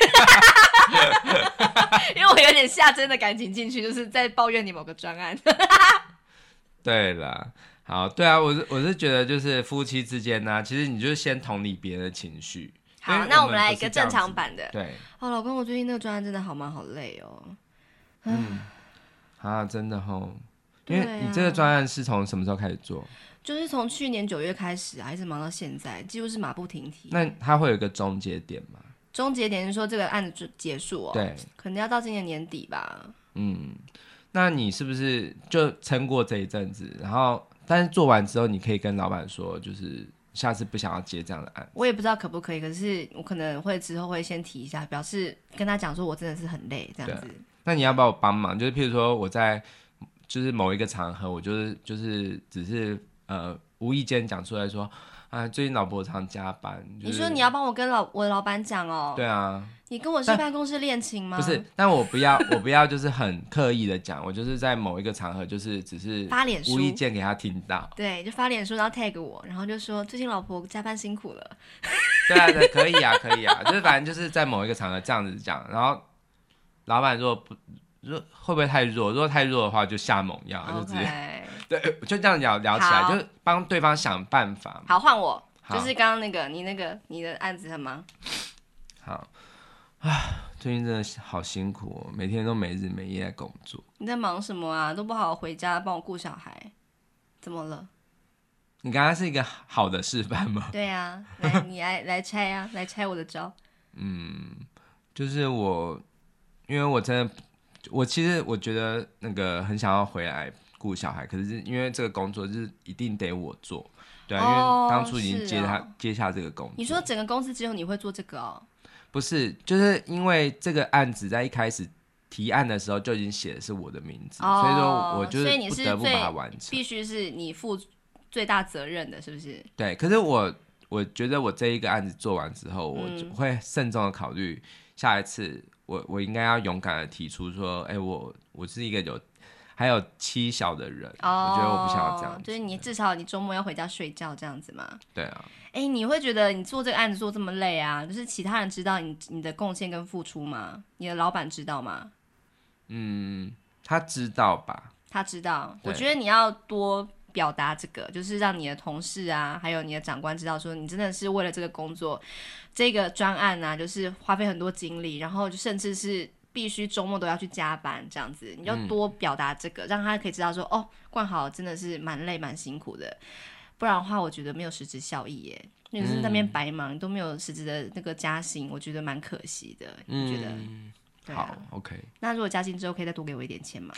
因为我有点下真的感情进去，就是在抱怨你某个专案。 对啦，好，对啊，我是我是觉得就是夫妻之间呢、啊，其实你就是先同理别人的情绪。 好，那我们来一个正常版的。 对， 哦，老公，我最近那个专案真的好忙好累哦。 嗯，啊，真的齁。因为你这个专案是从什么时候开始做？ 就是从去年九月开始啊，一直忙到现在，几乎是马不停蹄。 那它会有一个终结点吗？ 终结点是说这个案子结束哦， 对， 可能要到今年年底吧。 嗯，那你是不是就撑过这一阵子，然后但是做完之后，你可以跟老板说，就是下次不想要接这样的案子？ 我也不知道可不可以，可是我可能会之后会先提一下，表示跟他讲说我真的是很累这样子。 那你要不要我帮忙？就是譬如说我在。就是某一个场合，我就是就是只是呃无意间讲出来说啊，最近老婆常加班。就是、 你说你要帮我跟老我的老板讲哦？ 对啊。 你跟我是办公室恋情吗？ 不是，但我不要，我不要，就是很刻意的讲，我就是在某一个场合，就是只是发脸书， 无意间给他听到。 对，就发脸书，然后 tag 我，然后就说最近老婆加班辛苦了。 对啊，对，可以啊，可以啊，就是反正就是在某一个场合这样子讲，然后老板如果不，如会不会太弱？如果太弱的话，就下猛药， okay. 就直接对，就这样聊聊起来，就是帮对方想办法。 好，换我，就是刚刚那个你那个你的案子很忙。 好。唉，最近真的好辛苦哦，每天都没日没夜在工作。 你在忙什么啊？都不好好回家帮我顾小孩，怎么了？ 你刚刚是一个好的示范吗？ 对啊，来，你来来拆啊，来拆我的招。 嗯，就是我，因为我真的，我其实我觉得那个很想要回来顾小孩，可是因为这个工作就是一定得我做，对啊，哦、因为当初已经接下、哦、接下这个工作。 你说整个公司只有你会做这个哦？ 不是，就是因为这个案子在一开始提案的时候就已经写的是我的名字，哦、所以说我就是不得不把它完成， 必须是你负最大责任的，是不是？ 对，可是我我觉得我这一个案子做完之后，我就会慎重的考虑下一次我我应该要勇敢的提出说，哎、欸，我我是一个有还有妻小的人，哦、我觉得我不想要这样子， 就是你至少你周末要回家睡觉这样子嘛。 对啊。 哎、欸，你会觉得你做这个案子做这么累啊？就是其他人知道你你的贡献跟付出吗？你的老板知道吗？ 嗯，他知道吧？ 他知道。我觉得你要多表达这个，就是让你的同事啊，还有你的长官知道，说你真的是为了这个工作、这个专案啊，就是花费很多精力，然后就甚至是必须周末都要去加班这样子。你要多表达这个，嗯、让他可以知道说，哦，冠豪真的是蛮累、蛮辛苦的。不然的话，我觉得没有实质效益耶。你就是那边白忙，嗯、都没有实质的那个加薪，我觉得蛮可惜的。你觉得？ 嗯对啊、 好 ，OK。 那如果加薪之后，可以再多给我一点钱吗？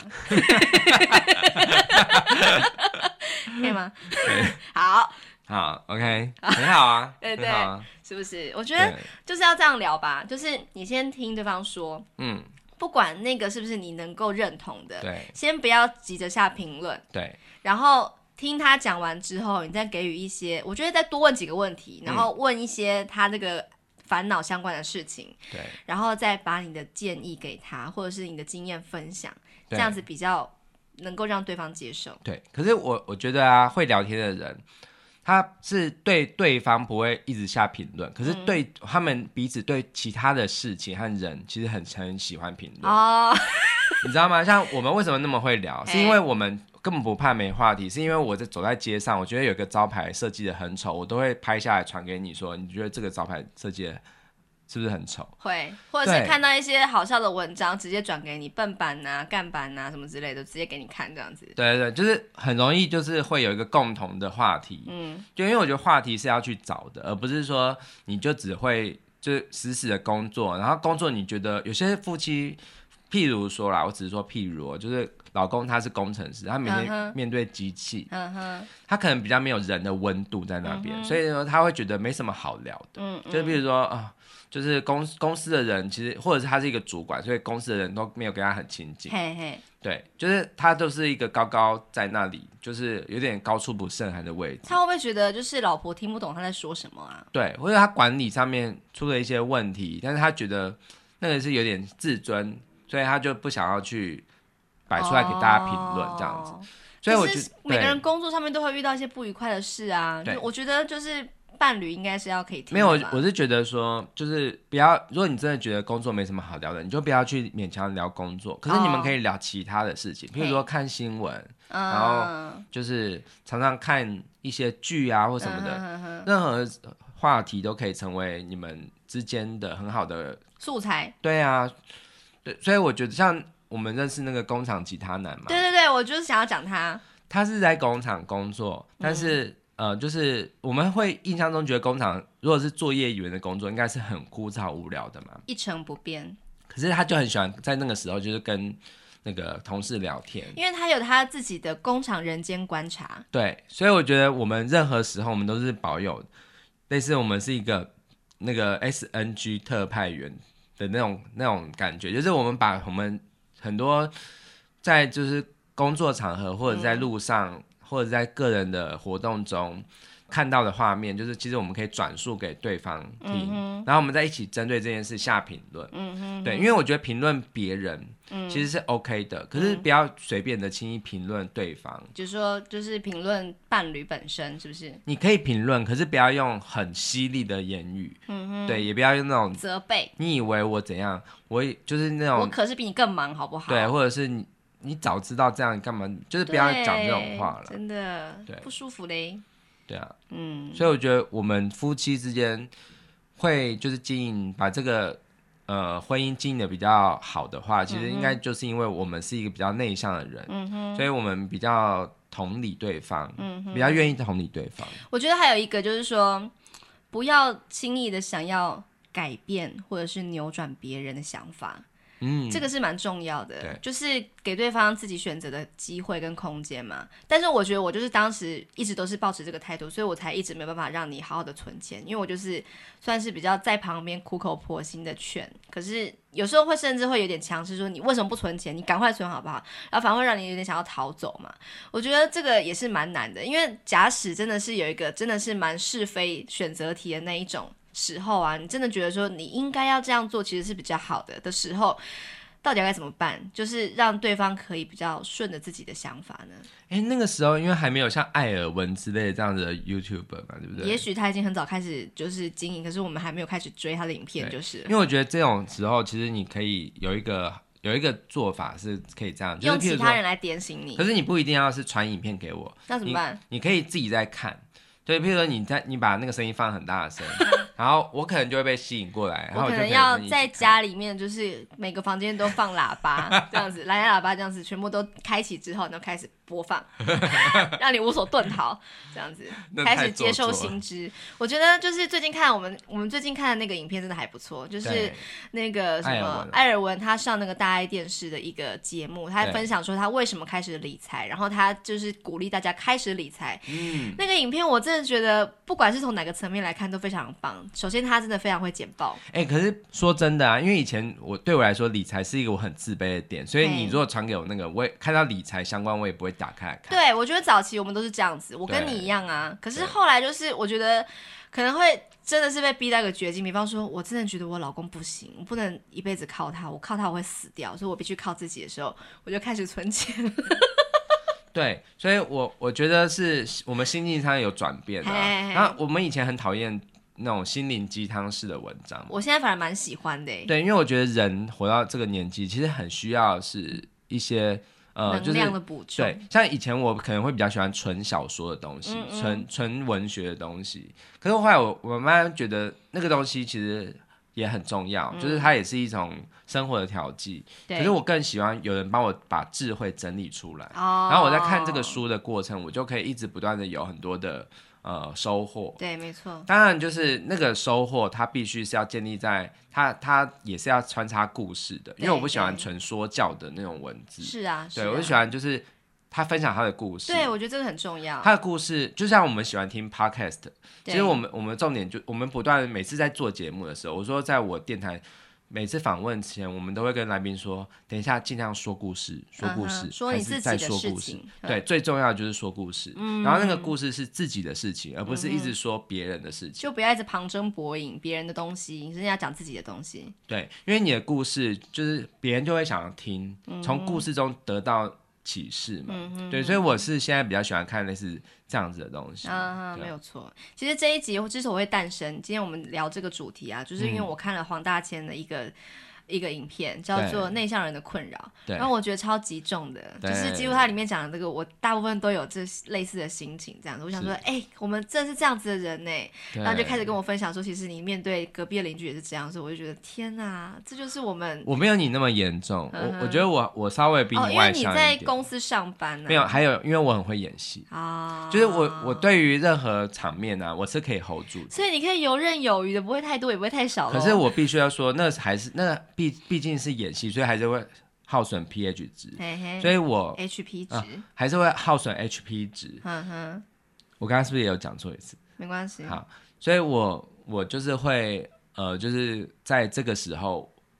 可以吗？好， 好 ，OK， 很好啊， 对对， 啊、 是不是？我觉得就是要这样聊吧，就是你先听对方说，嗯，不管那个是不是你能够认同的， 对， 先不要急着下评论， 对， 然后。听他讲完之后，你再给予一些，我觉得再多问几个问题，然后问一些他这个烦恼相关的事情， 对， 然后再把你的建议给他，或者是你的经验分享，这样子比较能够让对方接受。 对，可是我我觉得啊，会聊天的人，他是对对方不会一直下评论，可是对、嗯、他们彼此对其他的事情和人，其实很很喜欢评论哦。你知道吗？像我们为什么那么会聊，是因为我们根本不怕没话题，是因为我在走在街上，我觉得有个招牌设计的很丑，我都会拍下来传给你说，你觉得这个招牌设计的是不是很丑？ 会，或者是看到一些好笑的文章，直接转给你，笨版啊、干版啊什么之类的，直接给你看这样子。 对对对，就是很容易，就是会有一个共同的话题。嗯，就因为我觉得话题是要去找的，而不是说你就只会就死死的工作，然后工作你觉得有些夫妻。譬如说啦，我只是说譬如，就是老公他是工程师，他每天面对机器， uh-huh. 他可能比较没有人的温度在那边， uh-huh. 所以呢，他会觉得没什么好聊的。Uh-huh. 就譬如说啊，就是公公司的人，其实或者是他是一个主管，所以公司的人都没有跟他很亲近。 Hey, hey. 对，就是他都是一个高高在那里，就是有点高处不胜寒的位置。 他会不会觉得就是老婆听不懂他在说什么啊？ 对，或者他管理上面出了一些问题，但是他觉得那个是有点自尊。所以他就不想要去摆出来给大家评论这样子，哦、所以我觉得每个人工作上面都会遇到一些不愉快的事啊。就我觉得就是伴侣应该是要可以听的。 没有，我是觉得说，就是不要，如果你真的觉得工作没什么好聊的，你就不要去勉强聊工作。可是你们可以聊其他的事情，哦、譬如说看新闻，然后就是常常看一些剧啊或什么的，嗯、呵呵任何话题都可以成为你们之间的很好的素材。 对啊。对，所以我觉得像我们认识那个工厂吉他男嘛， 对对对，我就是想要讲他， 他是在工厂工作，但是、嗯、呃，就是我们会印象中觉得工厂如果是作业员的工作，应该是很枯燥无聊的嘛， 一成不变。 可是他就很喜欢在那个时候就是跟那个同事聊天， 因为他有他自己的工厂人间观察。 对，所以我觉得我们任何时候我们都是保有类似我们是一个那个 S N G 特派员的那种那种感觉，就是我们把我们很多在就是工作场合或者在路上、嗯、或者在个人的活动中看到的画面，就是其实我们可以转述给对方听，嗯、然后我们再一起针对这件事下评论。嗯哼，对，因为我觉得评论别人其实是 OK 的，嗯、可是不要随便的轻易评论对方。 就是说，就是评论伴侣本身，是不是？ 你可以评论，可是不要用很犀利的言语。嗯哼，对，也不要用那种责备。 你以为我怎样？我就是那种， 我可是比你更忙，好不好？ 对，或者是你。你早知道这样，你干嘛？就是不要讲这种话了， 真的，对，不舒服嘞。 对啊，嗯，所以我觉得我们夫妻之间会就是经营，把这个呃婚姻经营的比较好的话，其实应该就是因为我们是一个比较内向的人，嗯哼，所以我们比较同理对方，嗯哼，比较愿意同理对方。 我觉得还有一个就是说，不要轻易的想要改变或者是扭转别人的想法。嗯，这个是蛮重要的，就是给对方自己选择的机会跟空间嘛。但是我觉得我就是当时一直都是抱持这个态度，所以我才一直没有办法让你好好的存钱，因为我就是算是比较在旁边苦口婆心的劝，可是有时候会甚至会有点强势，说你为什么不存钱？你赶快存好不好？然后反而会让你有点想要逃走嘛。我觉得这个也是蛮难的，因为假使真的是有一个真的是蛮是非选择题的那一种时候啊，你真的觉得说你应该要这样做其实是比较好的的时候，到底该怎么办？就是让对方可以比较顺着自己的想法呢？ 哎，那个时候因为还没有像艾尔文之类的这样子的 YouTuber 嘛，对不对？ 也许他已经很早开始就是经营，可是我们还没有开始追他的影片，就是因为我觉得这种时候其实你可以有一个有一个做法是可以这样， 用其他人来点醒你。 可是你不一定要是传影片给我， 那怎么办？ 你, 你可以自己在看。对，譬如说你在你把那个声音放很大的声，然后我可能就会被吸引过来，然后我可能要在家里面就是每个房间都放喇叭这样子，蓝牙喇叭这样子全部都开启之后，然后开始播放，让你无所遁逃，这样子开始接受新知。我觉得就是最近看我们我们最近看的那个影片真的还不错，就是那个什么艾尔文他上那个大爱电视的一个节目，他分享说他为什么开始理财，然后他就是鼓励大家开始理财。嗯，那个影片我真的觉得不管是从哪个层面来看都非常棒。首先他真的非常会简报。 哎、欸，可是说真的啊，因为以前我对我来说理财是一个我很自卑的点，所以你如果传给我那个，我也看到理财相关我也不会打开来看。 对，我觉得早期我们都是这样子，我跟你一样啊。可是后来就是我觉得可能会真的是被逼到一个绝境，比方说我真的觉得我老公不行，我不能一辈子靠他，我靠他我会死掉，所以我必须靠自己的时候，我就开始存钱。 对，所以我我觉得是我们心境上有转变的、啊。然后我们以前很讨厌那种心灵鸡汤式的文章， 我现在反而蛮喜欢的。 对，因为我觉得人活到这个年纪，其实很需要是一些呃能量的补充。 对，像以前我可能会比较喜欢纯小说的东西，纯纯文学的东西。可是后来我我慢慢觉得那个东西其实也很重要，嗯、就是它也是一种生活的调剂。可是我更喜欢有人帮我把智慧整理出来，哦、然后我在看这个书的过程，我就可以一直不断的有很多的呃收获。 对，没错。 当然，就是那个收获，它必须是要建立在它它也是要穿插故事的，因为我不喜欢纯说教的那种文字。 是啊， 对，我就喜欢就是他分享他的故事。 对，我觉得这个很重要。 他的故事就像我们喜欢听 podcast， 其实我们我们重点就我们不断每次在做节目的时候，我说在我电台每次访问前，我们都会跟来宾说，等一下尽量说故事，说故事， uh-huh, 说你自己的事情。 对，最重要的就是说故事、嗯，然后那个故事是自己的事情，而不是一直说别人的事情、嗯。 就不要一直旁征博引别人的东西，你是要讲自己的东西。 对，因为你的故事就是别人就会想要听，从故事中得到启示嘛、嗯，对，所以我是现在比较喜欢看类似这样子的东西。 啊，没有错。其实这一集之所以会诞生，今天我们聊这个主题啊，就是因为我看了黄大千的一个、嗯、一个影片，叫做《内向人的困扰》，然后我觉得超级重的，就是几乎它里面讲的这个，我大部分都有这类似的心情，这样子。我想说，哎、欸，我们真的是这样子的人呢，然后就开始跟我分享说，其实你面对隔壁的邻居也是这样，所以我就觉得天哪，这就是我们。我没有你那么严重，我我觉得我我稍微比你外向一点、哦、因为你在公司上班呢、啊。 没有，还有因为我很会演戏啊、哦，就是我我对于任何场面啊，我是可以 hold 住的， 所以你可以游刃有余的，不会太多也不会太少。 可是我必须要说，那还是那毕毕竟是演戏，所以还是会耗损 pH 值，嘿嘿，所以我 H P 值、 啊、还是会耗损 H P 值。 哼哼， 我刚刚是不是也有讲错一次？ 没关系。 好，所以我我就是会呃，就是在这个时候，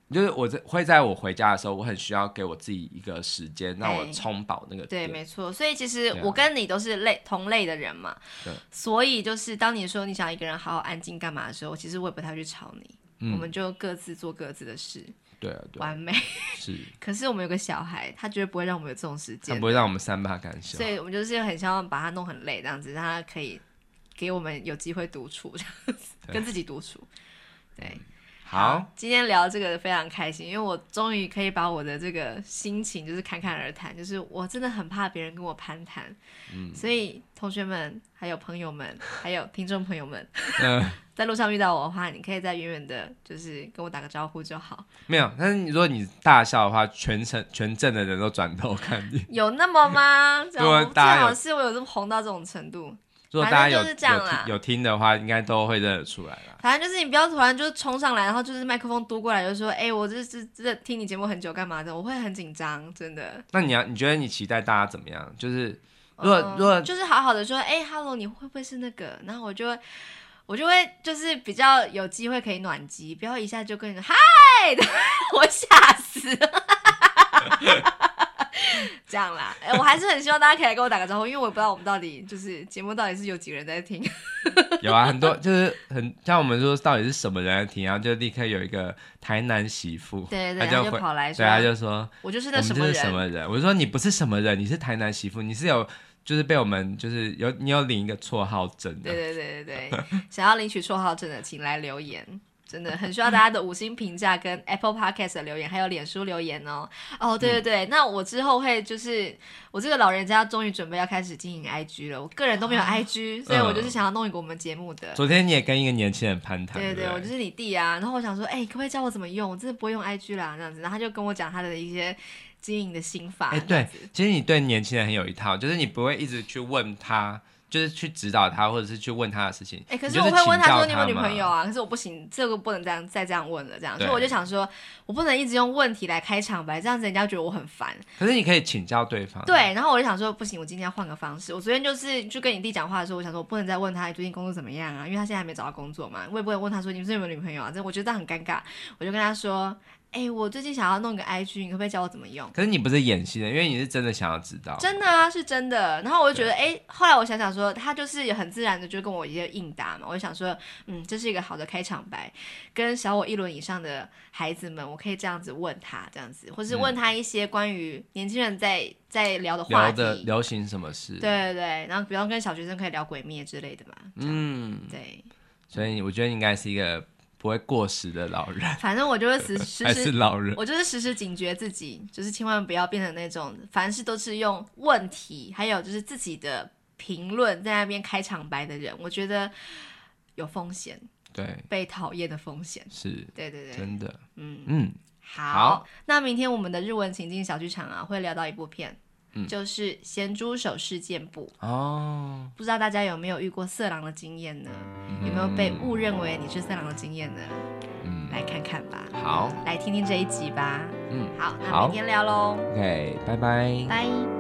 就是我会在我回家的时候，我很需要给我自己一个时间，让我充饱那个对，没错。所以其实我跟你都是类同类的人嘛，对。所以就是当你说你想一个人好好安静干嘛的时候，其实我也不太会去吵你，嗯、我们就各自做各自的事。 对啊，对啊， 完美是。 可是我们有个小孩，他绝对不会让我们有这种时间， 他不会让我们三八感笑， 所以我们就是很希望把他弄很累，这样子让他可以给我们有机会独处，这样子跟自己独处。对。 好， 今天聊这个非常开心，因为我终于可以把我的这个心情就是侃侃而谈，就是我真的很怕别人跟我攀谈，嗯，所以同学们还有朋友们还有听众朋友们、呃、在路上遇到我的话，你可以在远远的就是跟我打个招呼就好。 没有，但是如果你大笑的话，全程全镇的人都转头看你。 有那么吗？ 如果大家有， 最好是我有这么红到这种程度。 如果大家 有, 就是这样啦有, 有听的话，应该都会认得出来啦。 反正就是你不要突然就是冲上来，然后就是麦克风嘟过来，就说：“哎、欸，我这这这听你节目很久，干嘛的？”我会很紧张，真的。 那你要你觉得你期待大家怎么样？就是如果、嗯、如果就是好好的说：“哎、欸、，Hello， 你会不会是那个？”然后我就会我就会就是比较有机会可以暖机，不要一下就跟你说嗨，我吓死了。这样啦、欸，我还是很希望大家可以来跟我打个招呼，因为我也不知道我们到底就是节目到底是有几个人在听。 有啊，很多就是很像我们说到底是什么人在听，然后就立刻有一个台南媳妇， 对对对， 他就, 他就跑来说， 对，他就说我就是那什么人， 我们就是什么人。我就说你不是什么人，你是台南媳妇，你是有就是被我们就是有你有领一个绰号证的。 对对对对对，想要领取绰号证的，请来留言。真的很需要大家的五星评价跟 Apple Podcast 的留言，还有脸书留言哦。哦，对对对、嗯，那我之后会就是我这个老人家终于准备要开始經營 I G 了，我个人都没有 I G，、啊、所以我就是想要弄一个我们节目的、嗯。 昨天你也跟一个年轻人攀谈， 对对对， 对， 我就是你弟啊。然后我想说，哎、欸，可不可以教我怎么用？我真的不会用 I G 啦，这样子。然后他就跟我讲他的一些經營的心法。哎、欸， 对，其实你对年轻人很有一套，就是你不会一直去问他。就是去指导他，或者是去问他的事情。哎、 欸，可是我会问他说：“你有没有女朋友啊？”可是我不行，这个不能这样再这样问了，这样。所以我就想说，我不能一直用问题来开场白，这样子人家觉得我很烦。 可是你可以请教对方。 对，然后我就想说，不行，我今天要换个方式。我昨天就是就跟你弟讲话的时候，我想说，我不能再问他你最近工作怎么样啊，因为他现在还没找到工作嘛。我也不能问他说：“你是有没有女朋友啊？”这我觉得这样很尴尬。我就跟他说。哎、欸，我最近想要弄个 I G， 你可不可以教我怎么用？ 可是你不是演戏的，因为你是真的想要知道。 真的啊，是真的。然后我就觉得，哎、欸，后来我想想说，他就是很自然的就跟我一些应答嘛。我就想说，嗯，这是一个好的开场白，跟小我一轮以上的孩子们，我可以这样子问他，这样子，或是问他一些关于年轻人在在聊的话题， 聊的流行什么事？ 对对对。然后，比方跟小学生可以聊鬼灭之类的嘛。嗯，对。 所以我觉得应该是一个。不会过时的老人， 反正我就会时时还是老人， 我就是时时警觉自己，就是千万不要变成那种凡事都是用问题，还有就是自己的评论在那边开场白的人，我觉得有风险， 对， 被讨厌的风险， 是， 对对对， 真的， 嗯嗯， 好， 好， 那明天我们的日文情境小剧场啊，会聊到一部片。嗯、就是咸猪手事件簿哦，不知道大家有没有遇过色狼的经验呢、嗯？有没有被误认为你是色狼的经验呢？嗯，来看看吧。 好， 来听听这一集吧。 嗯， 好，那明天聊咯。 OK， 拜拜。 拜。